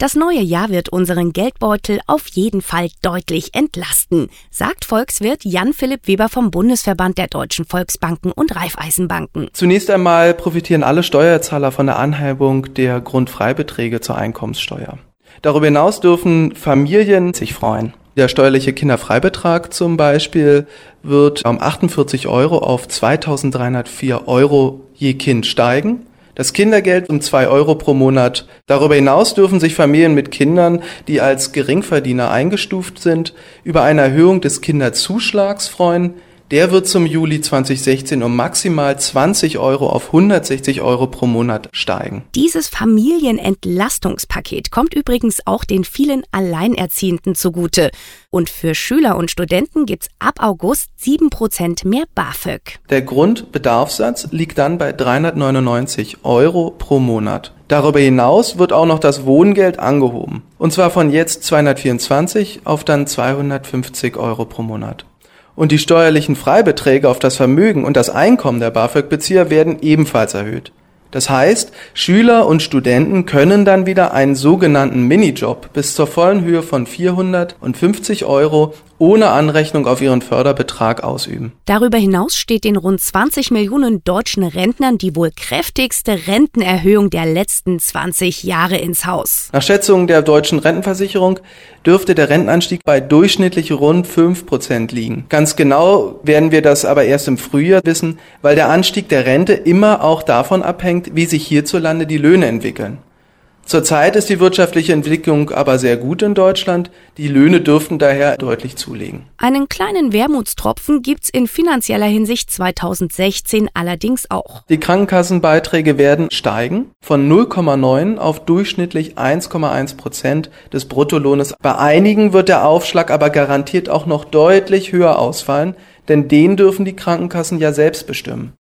Das neue Jahr wird unseren Geldbeutel auf jeden Fall deutlich entlasten, sagt Volkswirt Jan-Philipp Weber vom Bundesverband der Deutschen Volksbanken und Raiffeisenbanken. Zunächst einmal profitieren alle Steuerzahler von der Anhebung der Grundfreibeträge zur Einkommenssteuer. Darüber hinaus dürfen Familien sich freuen. Der steuerliche Kinderfreibetrag zum Beispiel wird um 48 Euro auf 2.304 Euro je Kind steigen. Das Kindergeld um 2 Euro pro Monat. Darüber hinaus dürfen sich Familien mit Kindern, die als Geringverdiener eingestuft sind, über eine Erhöhung des Kinderzuschlags freuen. Der wird zum Juli 2016 um maximal 20 Euro auf 160 Euro pro Monat steigen. Dieses Familienentlastungspaket kommt übrigens auch den vielen Alleinerziehenden zugute. Und für Schüler und Studenten gibt's ab August 7% mehr BAföG. Der Grundbedarfssatz liegt dann bei 399 Euro pro Monat. Darüber hinaus wird auch noch das Wohngeld angehoben. Und zwar von jetzt 224 auf dann 250 Euro pro Monat. Und die steuerlichen Freibeträge auf das Vermögen und das Einkommen der BAföG-Bezieher werden ebenfalls erhöht. Das heißt, Schüler und Studenten können dann wieder einen sogenannten Minijob bis zur vollen Höhe von 450 Euro ohne Anrechnung auf ihren Förderbetrag ausüben. Darüber hinaus steht den rund 20 Millionen deutschen Rentnern die wohl kräftigste Rentenerhöhung der letzten 20 Jahre ins Haus. Nach Schätzungen der deutschen Rentenversicherung dürfte der Rentenanstieg bei durchschnittlich rund 5% liegen. Ganz genau werden wir das aber erst im Frühjahr wissen, weil der Anstieg der Rente immer auch davon abhängt, wie sich hierzulande die Löhne entwickeln. Zurzeit ist die wirtschaftliche Entwicklung aber sehr gut in Deutschland. Die Löhne dürften daher deutlich zulegen. Einen kleinen Wermutstropfen gibt's in finanzieller Hinsicht 2016 allerdings auch. Die Krankenkassenbeiträge werden steigen von 0,9 auf durchschnittlich 1,1% des Bruttolohnes. Bei einigen wird der Aufschlag aber garantiert auch noch deutlich höher ausfallen, denn den dürfen die Krankenkassen ja selbst bestimmen.